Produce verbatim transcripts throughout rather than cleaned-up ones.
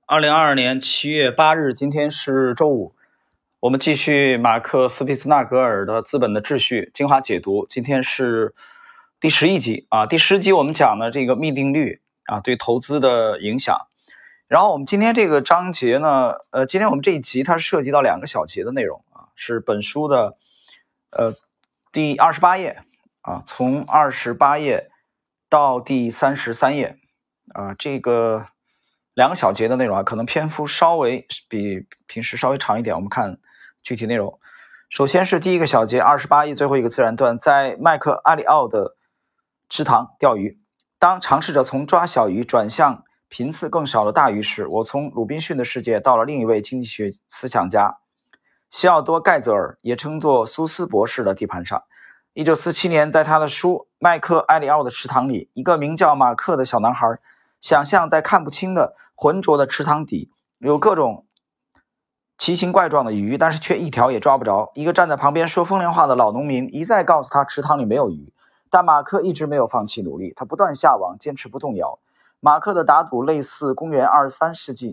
二零二二年七月八日，今天是周五，我们继续马克·斯皮斯纳格尔的《资本的秩序》精华解读。今天是第十一集啊，第十集我们讲的这个幂定律啊对投资的影响。然后我们今天这个章节呢，呃，今天我们这一集它涉及到两个小节的内容啊，是本书的呃第二十八页啊，从二十八页到第三十三页啊，这个两个小节的内容啊，可能篇幅稍微比平时稍微长一点。我们看具体内容。首先是第一个小节，二十八页最后一个自然段，在麦克阿里奥的池塘钓鱼。当尝试着从抓小鱼转向频次更少的大鱼时，我从鲁滨逊的世界到了另一位经济学思想家西奥多·盖泽尔，也称作苏斯博士的地盘上。一九四七年，在他的书《麦克埃里奥的池塘》里，一个名叫马克的小男孩想象在看不清的浑浊的池塘底有各种奇形怪状的鱼，但是却一条也抓不着。一个站在旁边说风凉话的老农民一再告诉他池塘里没有鱼，但马克一直没有放弃努力，他不断下网，坚持不动摇。马克的打赌类似公元二十三世纪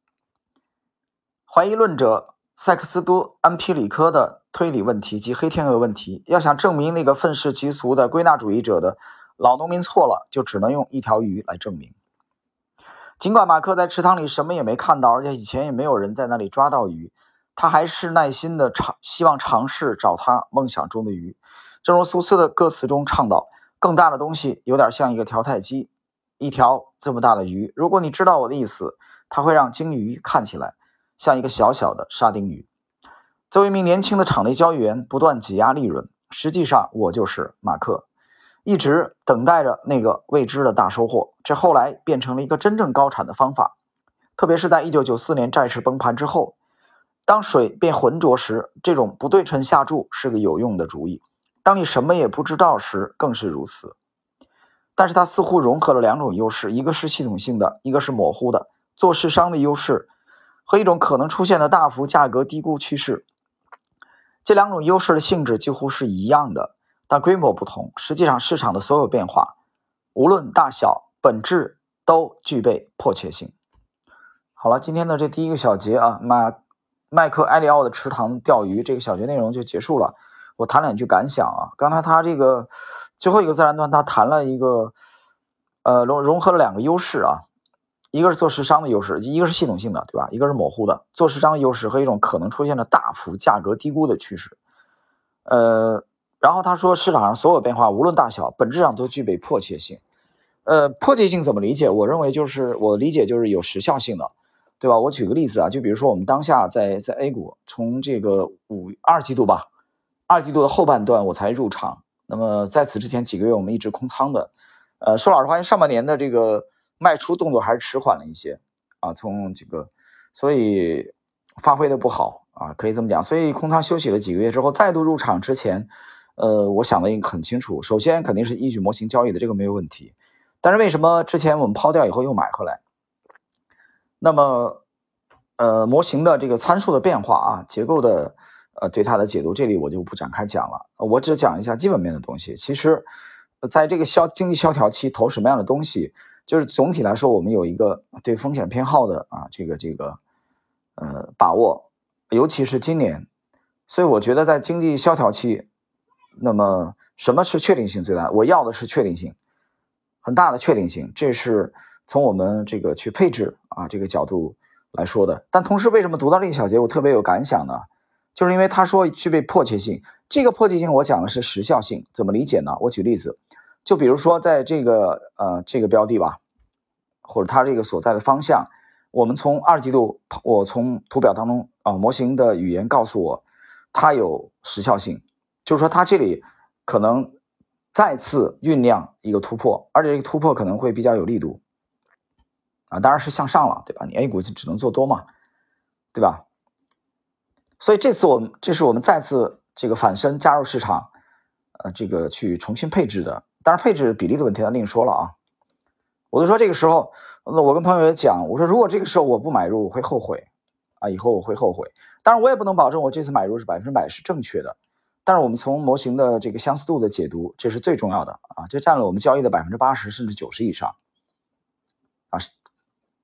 怀疑论者塞克斯都·安皮里科的推理问题及黑天鹅问题。要想证明那个愤世嫉俗的归纳主义者的老农民错了，就只能用一条鱼来证明。尽管马克在池塘里什么也没看到，而且以前也没有人在那里抓到鱼，他还是耐心的尝希望尝试找他梦想中的鱼。正如苏斯的歌词中倡导，更大的东西有点像一个调态机，一条这么大的鱼，如果你知道我的意思，它会让鲸鱼看起来像一个小小的沙丁鱼。作为一名年轻的场内交易员，不断挤压利润，实际上我就是马克，一直等待着那个未知的大收获。这后来变成了一个真正高产的方法，特别是在一九九四年债市崩盘之后，当水变浑浊时，这种不对称下注是个有用的主意。当你什么也不知道时更是如此。但是它似乎融合了两种优势，一个是系统性的，一个是模糊的。做市商的优势和一种可能出现的大幅价格低估趋势，这两种优势的性质几乎是一样的，但规模不同。实际上市场的所有变化，无论大小，本质都具备迫切性。好了，今天的这第一个小节啊，马麦克埃里奥的池塘钓鱼这个小节内容就结束了。我谈两句感想啊，刚才他这个最后一个自然段他谈了一个呃融融合了两个优势啊，一个是做市商的优势，一个是系统性的，对吧？一个是模糊的，做市商的优势和一种可能出现的大幅价格低估的趋势。呃，然后他说市场上所有变化无论大小，本质上都具备迫切性。呃，迫切性怎么理解？我认为就是我理解就是有时效性的，对吧？我举个例子啊，就比如说我们当下在在 A 股，从这个五二季度吧，二季度的后半段我才入场，那么在此之前几个月我们一直空仓的。呃，说老实话，上半年的这个卖出动作还是迟缓了一些啊，从这个所以发挥的不好啊，可以这么讲。所以空仓休息了几个月之后，再度入场之前，呃，我想的也很清楚，首先肯定是依据模型交易的，这个没有问题。但是为什么之前我们抛掉以后又买回来？那么，呃，模型的这个参数的变化啊，结构的呃对它的解读，这里我就不展开讲了，我只讲一下基本面的东西。其实，在这个萧经济萧条期投什么样的东西，就是总体来说，我们有一个对风险偏好的啊，这个这个呃把握，尤其是今年。所以我觉得在经济萧条期，那么什么是确定性最大？我要的是确定性。很大的确定性，这是从我们这个去配置啊这个角度来说的。但同时为什么读到这一小节我特别有感想呢？就是因为他说具备迫切性，这个迫切性我讲的是时效性，怎么理解呢？我举例子，就比如说在这个呃这个标的吧，或者它这个所在的方向，我们从二季度，我从图表当中啊、呃、模型的语言告诉我它有时效性，就是说它这里可能再次酝酿一个突破，而且这个突破可能会比较有力度啊，当然是向上了，对吧？你 A 股就只能做多嘛，对吧？所以这次我们这是我们再次这个反身加入市场，呃，这个去重新配置的。当然配置比例的问题咱另说了啊。我就说这个时候，我跟朋友也讲，我说如果这个时候我不买入，我会后悔啊，以后我会后悔。当然我也不能保证我这次买入是百分之百是正确的。但是我们从模型的这个相似度的解读，这是最重要的啊，这占了我们交易的百分之八十甚至九十以上啊。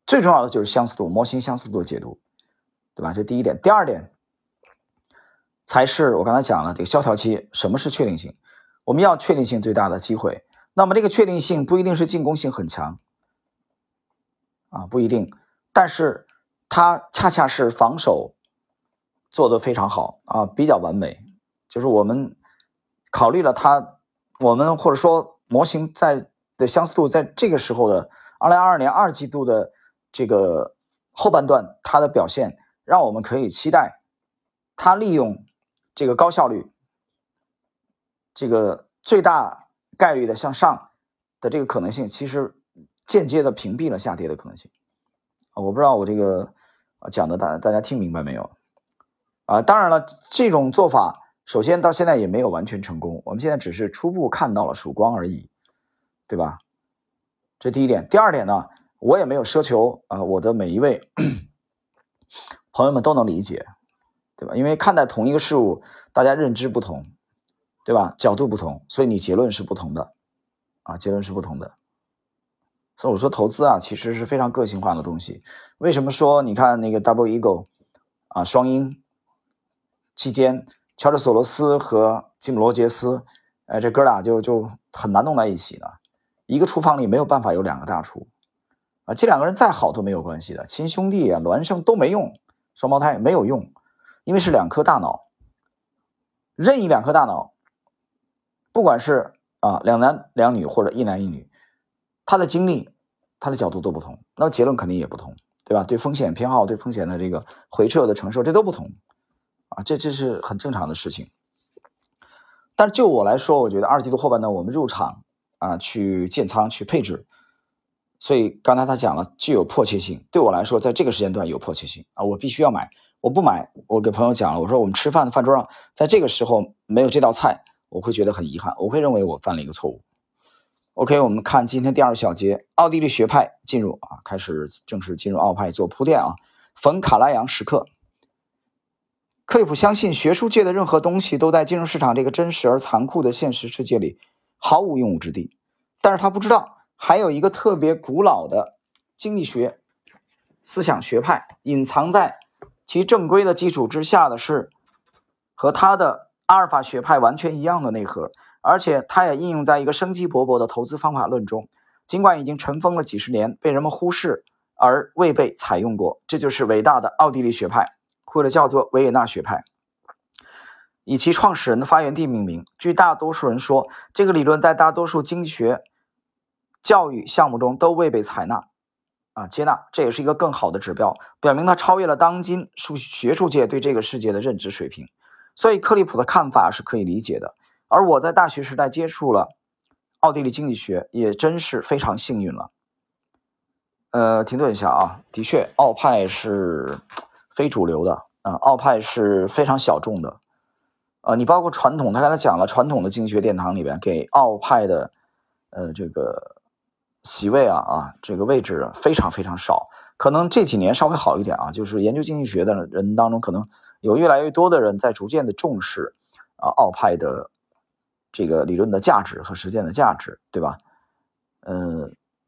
最重要的就是相似度，模型相似度的解读，对吧？这第一点。第二点才是我刚才讲了这个萧条期，什么是确定性？我们要确定性最大的机会，那么这个确定性不一定是进攻性很强啊，不一定，但是它恰恰是防守做得非常好啊，比较完美。就是我们考虑了它，我们或者说模型在的相似度在这个时候的二零二二年二季度的这个后半段，它的表现让我们可以期待它利用这个高效率，这个最大概率的向上的这个可能性，其实间接的屏蔽了下跌的可能性。我不知道我这个讲的大大家听明白没有啊？当然了，这种做法首先到现在也没有完全成功，我们现在只是初步看到了曙光而已，对吧？这第一点。第二点呢，我也没有奢求啊、呃，我的每一位朋友们都能理解，对吧？因为看待同一个事物，大家认知不同，对吧？角度不同，所以你结论是不同的啊，结论是不同的。所以我说投资啊，其实是非常个性化的东西。为什么说你看那个 Double Eagle 啊，双鹰期间，乔治索罗斯和吉姆罗杰斯，呃，这哥俩就就很难弄在一起呢？一个厨房里没有办法有两个大厨啊，这两个人再好都没有关系的，亲兄弟啊，孪生都没用，双胞胎没有用，因为是两颗大脑，任意两颗大脑，不管是啊两男两女或者一男一女，他的经历他的角度都不同，那结论肯定也不同，对吧？对风险偏好，对风险的这个回撤的承受，这都不同啊，这这是很正常的事情。但是就我来说，我觉得二季度后半段我们入场啊去建仓去配置，所以刚才他讲了具有迫切性，对我来说在这个时间段有迫切性啊，我必须要买，我不买，我给朋友讲了，我说我们吃饭的饭桌上在这个时候没有这道菜，我会觉得很遗憾，我会认为我犯了一个错误。OK， 我们看今天第二小节，奥地利学派进入啊，开始正式进入奥派做铺垫啊。冯卡拉扬时刻，克利普相信学术界的任何东西都在金融市场这个真实而残酷的现实世界里毫无用武之地，但是他不知道还有一个特别古老的经济学思想学派隐藏在其正规的基础之下的是和他的阿尔法学派完全一样的内核。而且它也应用在一个生机勃勃的投资方法论中，尽管已经尘封了几十年，被人们忽视而未被采用过。这就是伟大的奥地利学派，或者叫做维也纳学派，以其创始人的发源地命名。据大多数人说，这个理论在大多数经济学教育项目中都未被采纳啊接纳，这也是一个更好的指标，表明它超越了当今学术界对这个世界的认知水平。所以克利普的看法是可以理解的。而我在大学时代接触了奥地利经济学，也真是非常幸运了。呃，停顿一下啊，的确，奥派是非主流的啊、呃，奥派是非常小众的。呃，你包括传统，他刚才讲了，传统的经济学殿堂里边给奥派的呃这个席位啊啊这个位置非常非常少。可能这几年稍微好一点啊，就是研究经济学的人当中，可能有越来越多的人在逐渐的重视啊奥派的这个理论的价值和实践的价值，对吧？呃，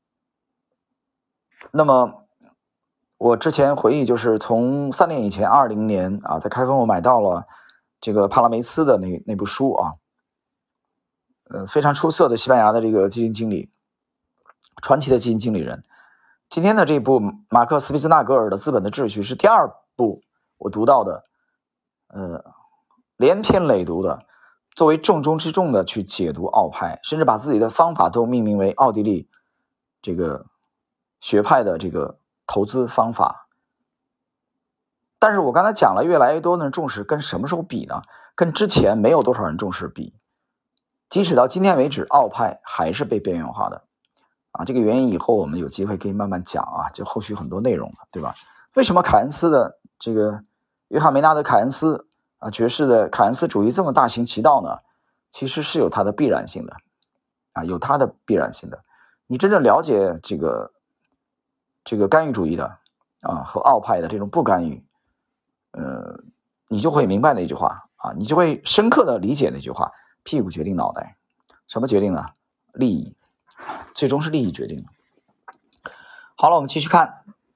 那么我之前回忆，就是从三年以前，二零年啊，在开封我买到了这个帕拉梅斯的那那部书啊，呃，非常出色的西班牙的这个基金经理，传奇的基金经理人。今天的这部马克·斯皮兹纳格尔的《资本的秩序》是第二部我读到的，呃，连篇累牍的。作为重中之重的去解读奥派，甚至把自己的方法都命名为奥地利这个学派的这个投资方法。但是我刚才讲了，越来越多的人重视，跟什么时候比呢？跟之前没有多少人重视比。即使到今天为止，奥派还是被边缘化的啊。这个原因以后我们有机会可以慢慢讲啊，就后续很多内容了，对吧？为什么凯恩斯的这个约翰梅纳德凯恩斯啊，爵士的凯恩斯主义这么大行其道呢？其实是有它的必然性的啊，有它的必然性的。你真正了解这个这个干预主义的啊和奥派的这种不干预，呃，你就会明白那句话啊，你就会深刻的理解那句话：屁股决定脑袋。什么决定呢？利益，最终是利益决定的。好了，我们继续看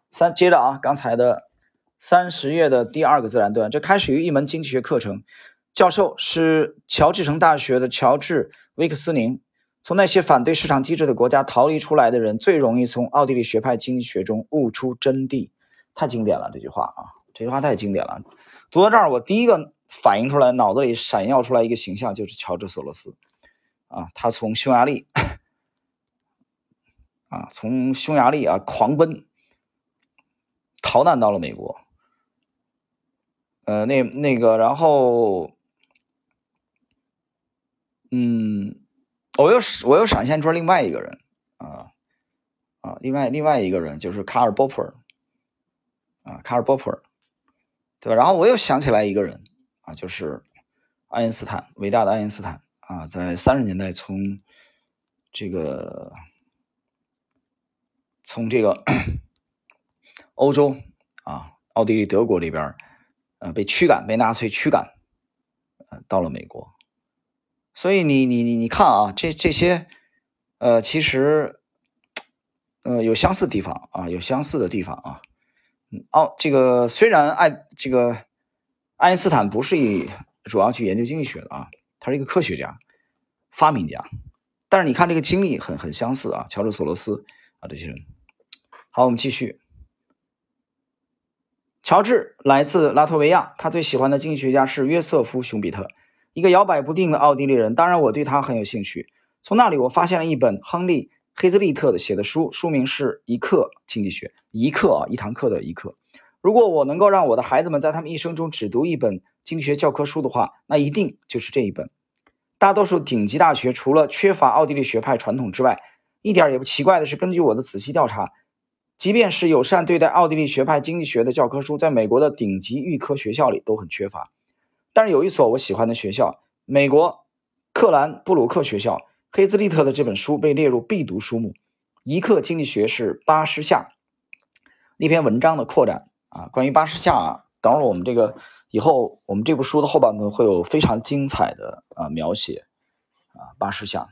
三接着啊，刚才的三十页的第二个自然段，这开始于一门经济学课程，教授是乔治城大学的乔治威克斯宁。从那些反对市场机制的国家逃离出来的人，最容易从奥地利学派经济学中悟出真谛。太经典了，这句话啊，这句话太经典了。读到这儿，我第一个反映出来，脑子里闪耀出来一个形象，就是乔治索罗斯啊，他从匈牙利啊，从匈牙利啊狂奔，逃难到了美国。呃，那那个，然后，嗯。我又我又闪现出另外一个人啊啊，另外另外一个人就是卡尔波普尔啊，卡尔波普尔，对吧？然后我又想起来一个人啊，就是爱因斯坦，伟大的爱因斯坦啊，在三十年代从这个从这个欧洲啊，奥地利、德国这边呃被驱赶，被纳粹驱赶，呃到了美国。所以你你你你看啊，这这些呃其实呃有相似地方啊，有相似的地方啊。哦，这个虽然爱这个爱因斯坦不是以主要去研究经济学的啊，他是一个科学家、发明家，但是你看这个经历很很相似啊，乔治索罗斯啊这些人。好，我们继续。乔治来自拉脱维亚，他最喜欢的经济学家是约瑟夫·熊彼特，一个摇摆不定的奥地利人。当然，我对他很有兴趣。从那里，我发现了一本亨利·黑兹利特写的书，书名是《一课经济学》。一课啊，一堂课的一课。如果我能够让我的孩子们在他们一生中只读一本经济学教科书的话，那一定就是这一本。大多数顶级大学除了缺乏奥地利学派传统之外，一点也不奇怪的是，根据我的仔细调查，即便是友善对待奥地利学派经济学的教科书，在美国的顶级预科学校里都很缺乏。但是有一所我喜欢的学校，美国克兰布鲁克学校，黑兹利特的这本书被列入必读书目。一课经济学是八十下那篇文章的扩展啊，关于八十下啊，等会儿我们这个以后我们这部书的后半部会有非常精彩的啊描写啊八十下。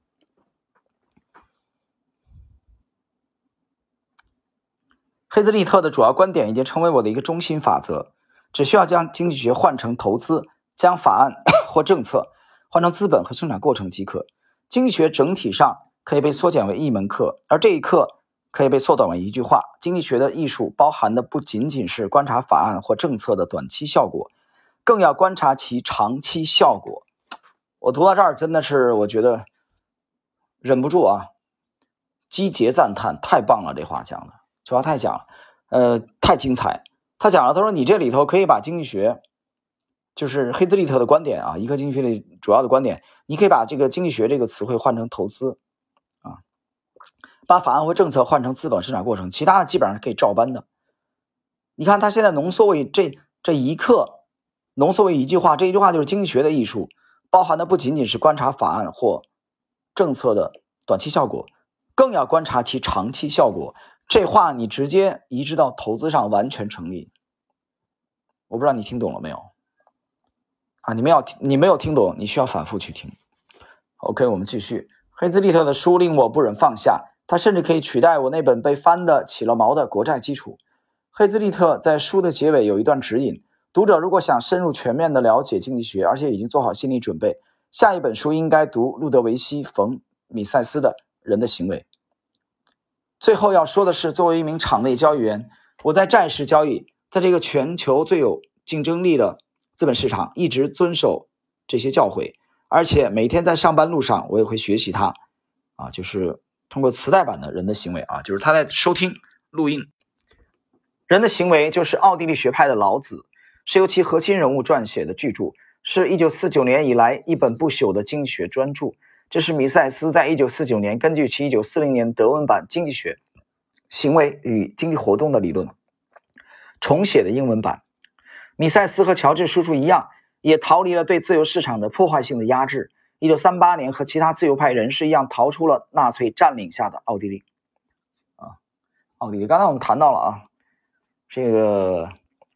黑兹利特的主要观点已经成为我的一个中心法则，只需要将经济学换成投资，将法案或政策换成资本和生产过程即可。经济学整体上可以被缩减为一门课，而这一课可以被缩短为一句话：经济学的艺术包含的不仅仅是观察法案或政策的短期效果，更要观察其长期效果。我读到这儿真的是我觉得忍不住啊，击节赞叹，太棒了，这话讲的。这话太讲了，呃，太精彩。他讲了，他说你这里头可以把经济学，就是黑兹利特的观点啊，一课经济学里主要的观点，你可以把这个经济学这个词汇换成投资啊，把法案和政策换成资本生产过程，其他的基本上是可以照搬的。你看他现在浓缩为这这一课，浓缩为一句话，这一句话就是经济学的艺术，包含的不仅仅是观察法案或政策的短期效果，更要观察其长期效果。这话你直接移植到投资上完全成立。我不知道你听懂了没有啊？你们要你没有听懂，你需要反复去听。OK， 我们继续。黑兹利特的书令我不忍放下，他甚至可以取代我那本被翻得起了毛的国债基础。黑兹利特在书的结尾有一段指引，读者如果想深入全面地了解经济学，而且已经做好心理准备，下一本书应该读路德维希·冯·米塞斯的《人的行为》。最后要说的是，作为一名场内交易员，我在债市交易，在这个全球最有竞争力的资本市场，一直遵守这些教诲，而且每天在上班路上我也会学习它啊，就是通过磁带版的人的行为啊，就是他在收听录音。人的行为就是奥地利学派的老子，是由其核心人物撰写的巨著，是一九四九年以来一本不朽的经济学专著。这是米塞斯在一九四九年根据其一九四零年德文版《经济学、行为与经济活动的理论》重写的英文版。米塞斯和乔治叔叔一样，也逃离了对自由市场的破坏性的压制。一九三八年和其他自由派人士一样，逃出了纳粹占领下的奥地利。啊，奥地利，刚才我们谈到了啊，这个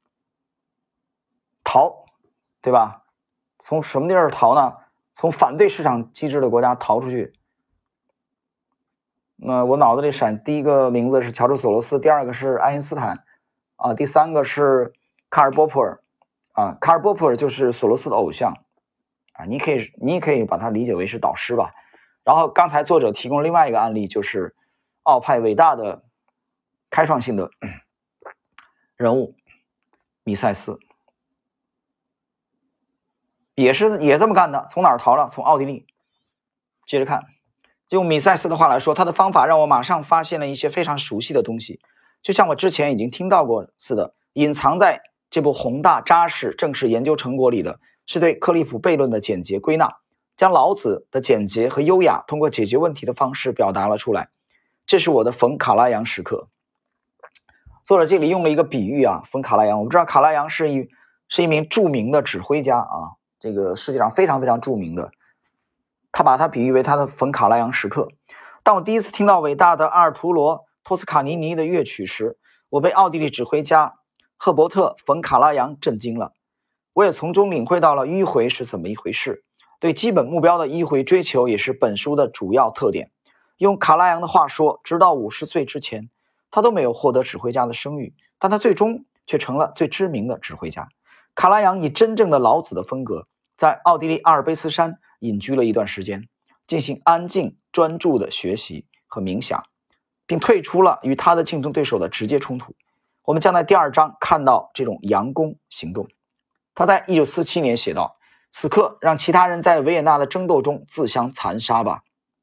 逃，对吧？从什么地儿逃呢？从反对市场机制的国家逃出去。 那、呃、我脑子里闪第一个名字是乔治索罗斯，第二个是爱因斯坦啊，第三个是卡尔波普尔啊，卡尔波普尔就是索罗斯的偶像啊，你可以你也可以把它理解为是导师吧。然后刚才作者提供另外一个案例，就是奥派伟大的开创性的人物米塞斯，也是也这么干的。从哪儿逃了？从奥地利。接着看，就用米塞斯的话来说，他的方法让我马上发现了一些非常熟悉的东西，就像我之前已经听到过似的。隐藏在这部宏大扎实正式研究成果里的是对克利普悖论的简洁归纳，将老子的简洁和优雅通过解决问题的方式表达了出来。这是我的冯卡拉扬时刻。作者这里用了一个比喻啊，冯卡拉扬，我们知道卡拉扬是一是一名著名的指挥家啊，这个世界上非常非常著名的，他把它比喻为他的冯卡拉扬时刻。当我第一次听到伟大的阿尔图罗托斯卡尼尼的乐曲时，我被奥地利指挥家赫伯特冯卡拉扬震惊了，我也从中领会到了迂回是怎么一回事。对基本目标的迂回追求也是本书的主要特点。用卡拉扬的话说，直到五十岁之前，他都没有获得指挥家的声誉，但他最终却成了最知名的指挥家。卡拉扬以真正的老子的风格，在奥地利阿尔卑斯山隐居了一段时间，进行安静专注的学习和冥想，并退出了与他的竞争对手的直接冲突。我们将在第二章看到这种佯攻行动。他在一九四七年写道：此刻让其他人在维也纳的争斗中自相残杀吧，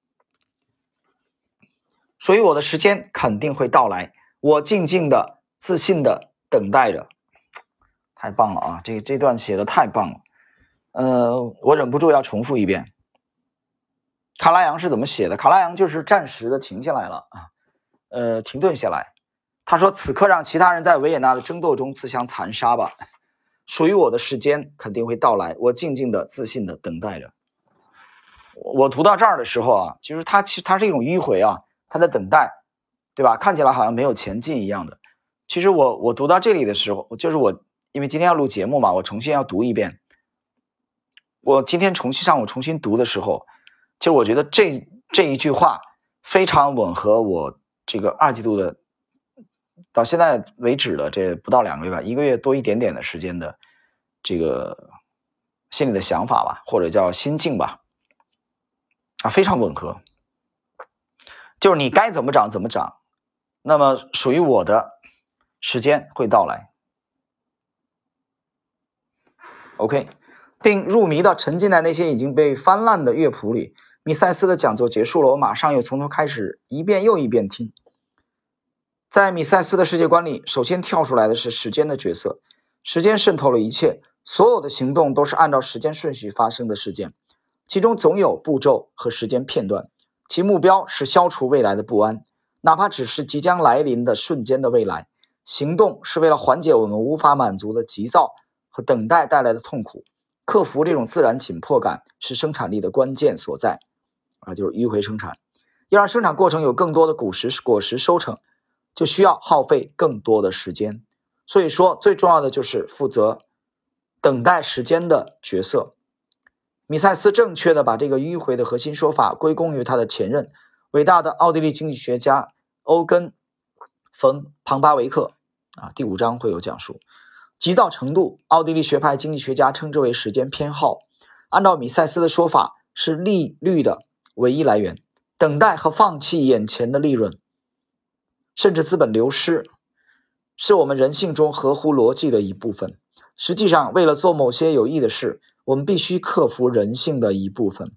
属于我的时间肯定会到来，我静静的自信的等待着。太棒了啊，这这段写的太棒了。呃，我忍不住要重复一遍。卡拉扬是怎么写的？卡拉扬就是暂时的停下来了啊，呃，停顿下来。他说：此刻让其他人在维也纳的争斗中自相残杀吧，属于我的时间肯定会到来，我静静的自信的等待着。我读到这儿的时候啊，其实它其实它是一种迂回啊，它在等待，对吧？看起来好像没有前进一样的。其实我我读到这里的时候，就是我因为今天要录节目嘛，我重新要读一遍。我今天重新上午重新读的时候，其实我觉得这这一句话非常吻合我这个二季度的到现在为止的这不到两个月吧，一个月多一点点的时间的这个心里的想法吧，或者叫心境吧，啊，非常吻合。就是你该怎么长怎么长，那么属于我的时间会到来。OK， 并入迷到沉浸在那些已经被翻烂的乐谱里。米塞斯的讲座结束了，我马上又从头开始一遍又一遍听。在米塞斯的世界观里，首先跳出来的是时间的角色，时间渗透了一切，所有的行动都是按照时间顺序发生的事件，其中总有步骤和时间片段，其目标是消除未来的不安，哪怕只是即将来临的瞬间的未来。行动是为了缓解我们无法满足的急躁和等待带来的痛苦，克服这种自然紧迫感是生产力的关键所在啊，就是迂回生产。要让生产过程有更多的果实果实收成，就需要耗费更多的时间。所以说最重要的就是负责等待时间的角色。米塞斯正确的把这个迂回的核心说法归功于他的前任，伟大的奥地利经济学家欧根·冯·庞巴维克啊，第五章会有讲述。急躁程度，奥地利学派经济学家称之为时间偏好。按照米塞斯的说法，是利率的唯一来源。等待和放弃眼前的利润，甚至资本流失，是我们人性中合乎逻辑的一部分。实际上，为了做某些有益的事，我们必须克服人性的一部分。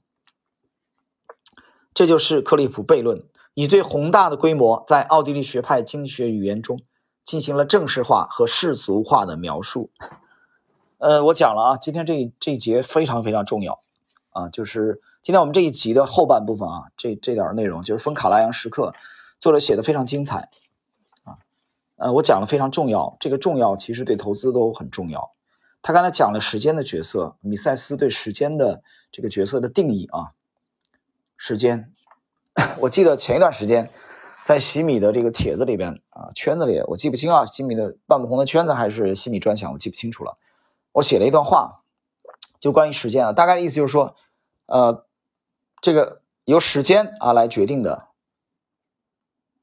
这就是克利普悖论，以最宏大的规模，在奥地利学派经济学语言中进行了正式化和世俗化的描述。呃，我讲了啊，今天这这一节非常非常重要啊，就是今天我们这一集的后半部分啊，这这点内容就是冯卡拉扬时刻，作者写的非常精彩啊。呃，我讲了非常重要，这个重要其实对投资都很重要。他刚才讲了时间的角色，米塞斯对时间的这个角色的定义啊，时间。我记得前一段时间在西米的这个帖子里边啊，圈子里我记不清啊，西米的半不红的圈子还是西米专享，我记不清楚了。我写了一段话，就关于时间啊，大概的意思就是说，呃，这个由时间啊来决定的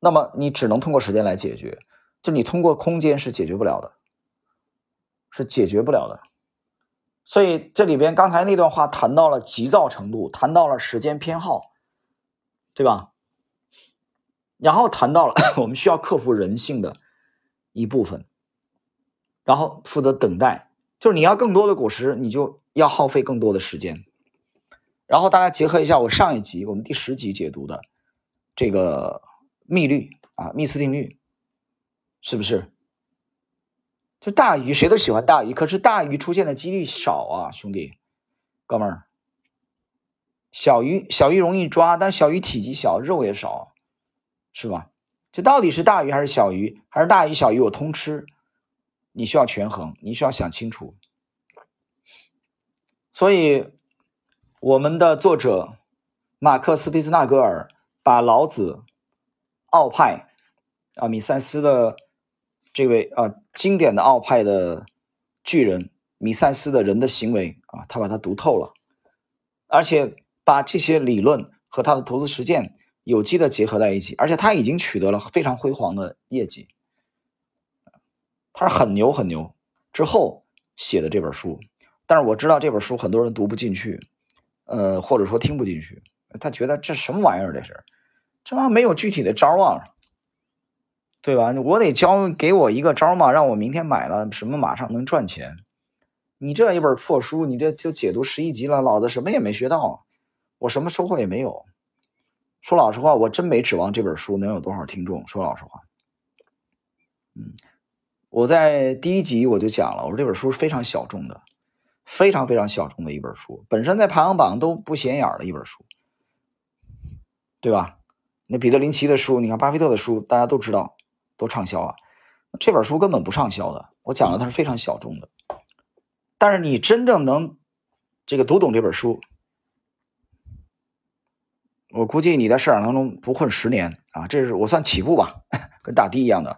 那么你只能通过时间来解决，就你通过空间是解决不了的，是解决不了的。所以这里边刚才那段话谈到了急躁程度，谈到了时间偏好，对吧？然后谈到了我们需要克服人性的一部分，然后负责等待，就是你要更多的果实，你就要耗费更多的时间。然后大家结合一下我上一集我们第十集解读的这个密律啊，密斯定律，是不是？就大鱼谁都喜欢大鱼，可是大鱼出现的几率少啊，兄弟哥们儿。小鱼小鱼容易抓，但小鱼体积小，肉也少，是吧？就到底是大鱼还是小鱼，还是大鱼小鱼我通吃，你需要权衡，你需要想清楚。所以我们的作者马克思·皮斯纳格尔把老子、奥派啊米塞斯的这位啊经典的奥派的巨人米塞斯的人的行为啊，他把它读透了，而且把这些理论和他的投资实践有机的结合在一起，而且他已经取得了非常辉煌的业绩，他是很牛很牛之后写的这本书。但是我知道这本书很多人读不进去，呃，或者说听不进去，他觉得这什么玩意儿，这是这玩意儿没有具体的招啊，对吧？我得教给我一个招嘛，让我明天买了什么马上能赚钱。你这一本破书，你这就解读十一集了，老子什么也没学到，我什么收获也没有。说老实话，我真没指望这本书能有多少听众。说老实话，嗯，我在第一集我就讲了，我说这本书是非常小众的，非常非常小众的一本书，本身在排行榜都不显眼的一本书，对吧？那彼得林奇的书，你看巴菲特的书，大家都知道，都畅销啊。这本书根本不畅销的，我讲了它是非常小众的。但是你真正能这个读懂这本书，我估计你在市场当中不混十年啊，这是我算起步吧，跟打的一样的，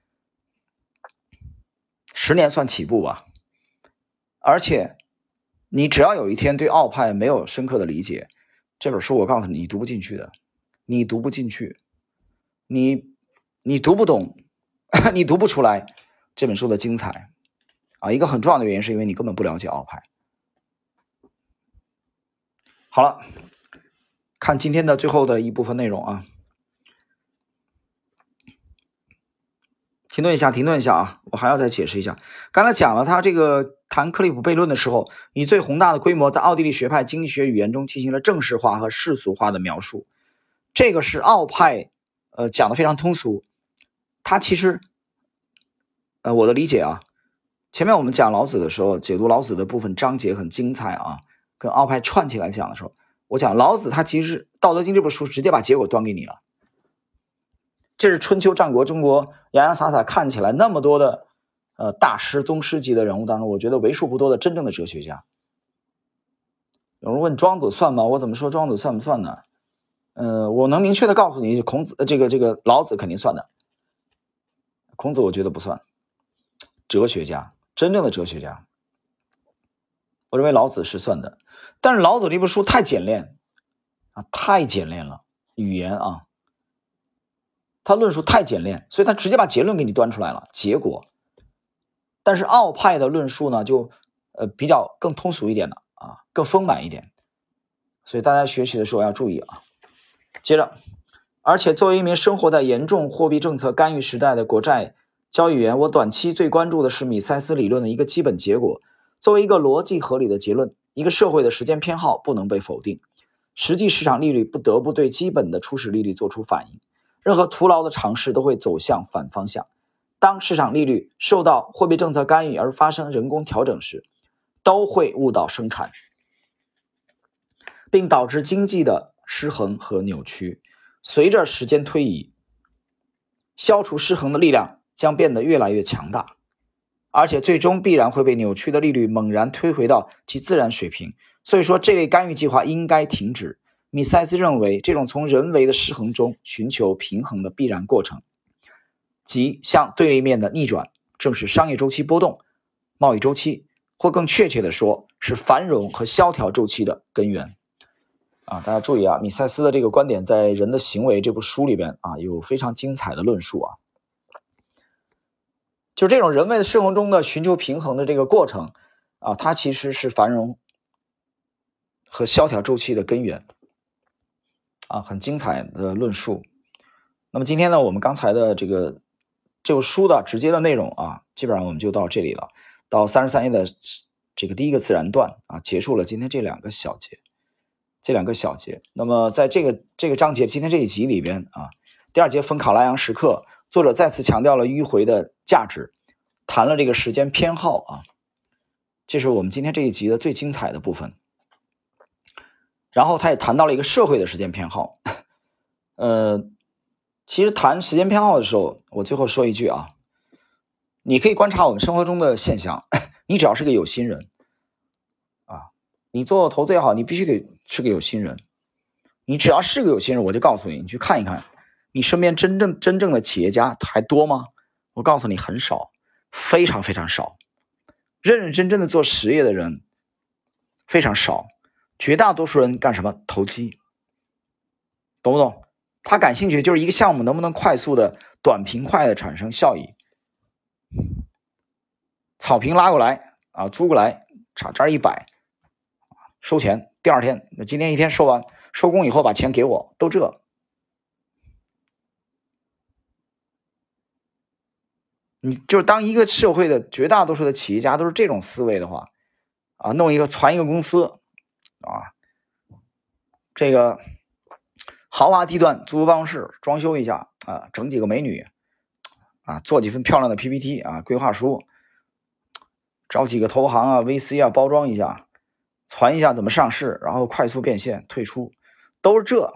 十年算起步吧。而且你只要有一天对奥派没有深刻的理解，这本书我告诉你，你读不进去的，你读不进去，你你读不懂，你读不出来这本书的精彩啊。一个很重要的原因是因为你根本不了解奥派。好了，看今天的最后的一部分内容啊，停顿一下，停顿一下啊，我还要再解释一下。刚才讲了他这个谈克利普悖论的时候，以最宏大的规模在奥地利学派经济学语言中进行了正式化和世俗化的描述，这个是奥派呃讲的非常通俗。他其实呃我的理解啊，前面我们讲老子的时候，解读老子的部分章节很精彩啊，跟奥派串起来讲的时候，我讲老子他其实《道德经》这本书直接把结果端给你了。这是春秋战国中国洋洋洒洒看起来那么多的呃大师宗师级的人物当中，我觉得为数不多的真正的哲学家。有人问庄子算吗？我怎么说庄子算不算呢？呃，我能明确的告诉你，孔子这个这个老子肯定算的，孔子我觉得不算。哲学家，真正的哲学家，我认为老子是算的。但是老子这部书太简练啊，太简练了，语言啊。他论述太简练，所以他直接把结论给你端出来了，结果。但是奥派的论述呢，就呃比较更通俗一点的啊，更丰满一点，所以大家学习的时候要注意啊。接着，而且作为一名生活在严重货币政策干预时代的国债交易员，我短期最关注的是米塞斯理论的一个基本结果。作为一个逻辑合理的结论，一个社会的时间偏好不能被否定，实际市场利率不得不对基本的初始利率做出反应。任何徒劳的尝试都会走向反方向。当市场利率受到货币政策干预而发生人工调整时，都会误导生产，并导致经济的失衡和扭曲。随着时间推移，消除失衡的力量将变得越来越强大，而且最终必然会被扭曲的利率猛然推回到其自然水平。所以说，这类干预计划应该停止。米塞斯认为，这种从人为的失衡中寻求平衡的必然过程，即向对立面的逆转，正是商业周期波动、贸易周期，或更确切地说，是繁荣和萧条周期的根源。 啊，大家注意啊，米塞斯的这个观点在《人的行为》这部书里边啊有非常精彩的论述啊。就这种人为的生活中的寻求平衡的这个过程啊，它其实是繁荣和萧条周期的根源啊，很精彩的论述。那么今天呢，我们刚才的这个这部书的直接的内容啊，基本上我们就到这里了，到三十三页的这个第一个自然段啊，结束了今天这两个小节，这两个小节。那么在这个这个章节今天这一集里边啊，第二节冯卡拉扬时刻，作者再次强调了迂回的价值，谈了这个时间偏好啊，这是我们今天这一集的最精彩的部分。然后他也谈到了一个社会的时间偏好，呃，其实谈时间偏好的时候，我最后说一句啊，你可以观察我们生活中的现象，你只要是个有心人啊，你做投资也好，你必须得是个有心人。你只要是个有心人，我就告诉你，你去看一看，你身边真正真正的企业家还多吗？我告诉你，很少，非常非常少。认认真真的做实业的人非常少，绝大多数人干什么？投机，懂不懂？他感兴趣就是一个项目能不能快速的、短平快的产生效益。草坪拉过来啊，租过来，这儿一摆，收钱。第二天，那今天一天收完，收工以后把钱给我，都这。你就是当一个社会的绝大多数的企业家都是这种思维的话，啊，弄一个传一个公司，啊，这个豪华地段租个办公室，装修一下啊，整几个美女，啊，做几份漂亮的 P P T 啊，规划书，找几个投行啊 V C 啊包装一下，传一下怎么上市，然后快速变现退出，都是这。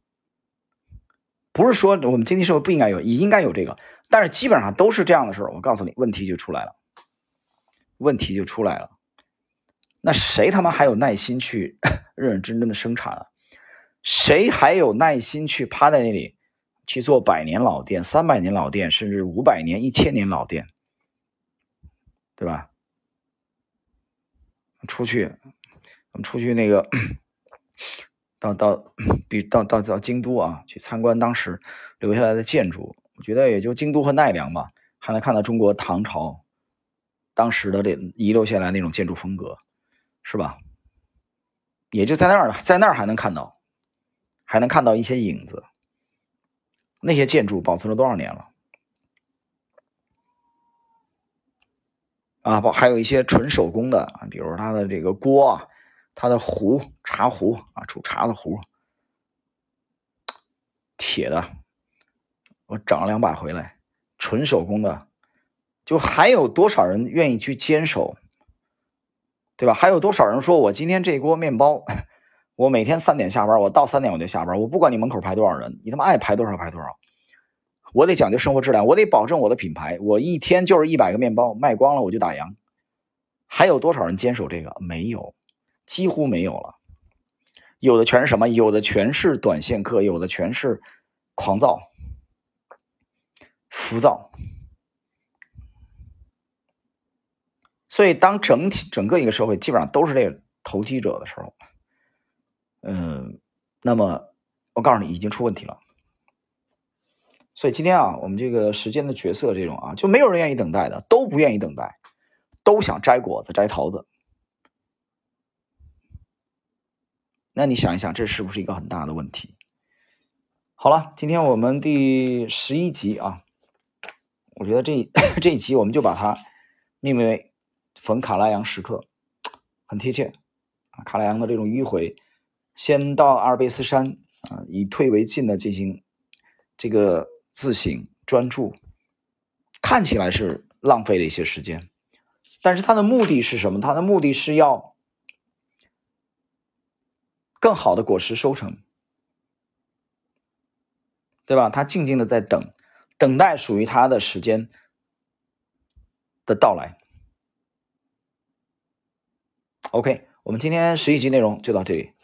不是说我们经济社会不应该有，也应该有这个，但是基本上都是这样的时候，我告诉你，问题就出来了，问题就出来了。那谁他妈还有耐心去认认真真的生产了？谁还有耐心去趴在那里去做百年老店、三百年老店，甚至五百年、一千年老店，对吧？出去，我们出去那个到到比到到到京都啊，去参观当时留下来的建筑，我觉得也就京都和奈良吧，还能看到中国唐朝当时的这遗留下来那种建筑风格，是吧？也就在那儿，在那儿还能看到，还能看到一些影子。那些建筑保存了多少年了？啊，还有一些纯手工的啊，比如它的这个锅啊，它的壶，茶壶啊，煮茶的壶，铁的，我整了两把回来，纯手工的，就还有多少人愿意去坚守，对吧？还有多少人说我今天这锅面包，我每天三点下班，我到三点我就下班，我不管你门口排多少人，你他妈爱排多少排多少，我得讲究生活质量，我得保证我的品牌，我一天就是一百个面包卖光了我就打烊。还有多少人坚守这个？没有，几乎没有了。有的全是什么？有的全是短线客，有的全是狂躁、浮躁。所以当整体整个一个社会基本上都是这个投机者的时候，嗯，那么我告诉你已经出问题了。所以今天啊，我们这个时间的角色这种啊，就没有人愿意等待的，都不愿意等待，都想摘果子、摘桃子。那你想一想，这是不是一个很大的问题？好了，今天我们第十一集啊，我觉得这这一集我们就把它命名为冯卡拉扬时刻，很贴切啊。卡拉扬的这种迂回，先到阿尔卑斯山啊，以退为进的进行这个自省专注，看起来是浪费了一些时间，但是它的目的是什么？它的目的是要更好的果实收成，对吧？他静静的在等，等待属于他的时间的到来。OK， 我们今天十一集内容就到这里。